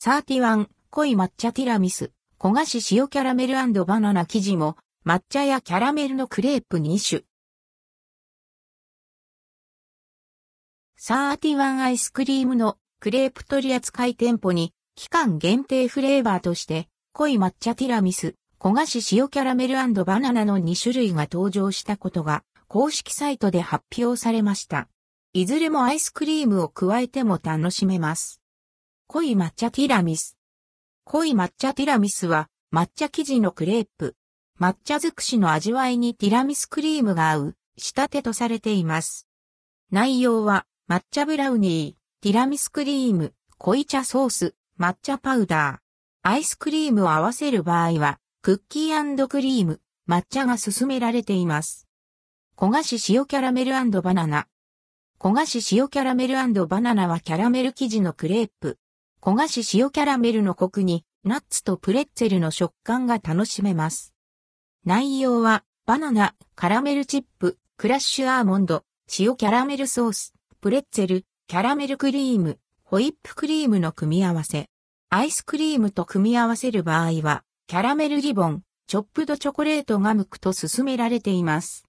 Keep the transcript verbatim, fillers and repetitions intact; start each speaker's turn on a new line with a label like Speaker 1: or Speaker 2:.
Speaker 1: サーティワン、濃い抹茶ティラミス、焦がし塩キャラメル&バナナ生地も、抹茶やキャラメルのクレープに種。サーティワンアイスクリームのクレープ取扱店舗に、期間限定フレーバーとして、濃い抹茶ティラミス、焦がし塩キャラメル&バナナのに種類が登場したことが、公式サイトで発表されました。いずれもアイスクリームを加えても楽しめます。濃い抹茶ティラミス。濃い抹茶ティラミスは抹茶生地のクレープ。抹茶尽くしの味わいにティラミスクリームが合う仕立てとされています。内容は抹茶ブラウニー、ティラミスクリーム、濃い茶ソース、抹茶パウダー。アイスクリームを合わせる場合はクッキー&クリーム、抹茶が勧められています。焦がし塩キャラメル&バナナ。焦がし塩キャラメル&バナナはキャラメル生地のクレープ。焦がし塩キャラメルのコクに、ナッツとプレッツェルの食感が楽しめます。内容は、バナナ、カラメルチップ、クラッシュアーモンド、塩キャラメルソース、プレッツェル、キャラメルクリーム、ホイップクリームの組み合わせ。アイスクリームと組み合わせる場合は、キャラメルリボン、チョップドチョコレートガムクと勧められています。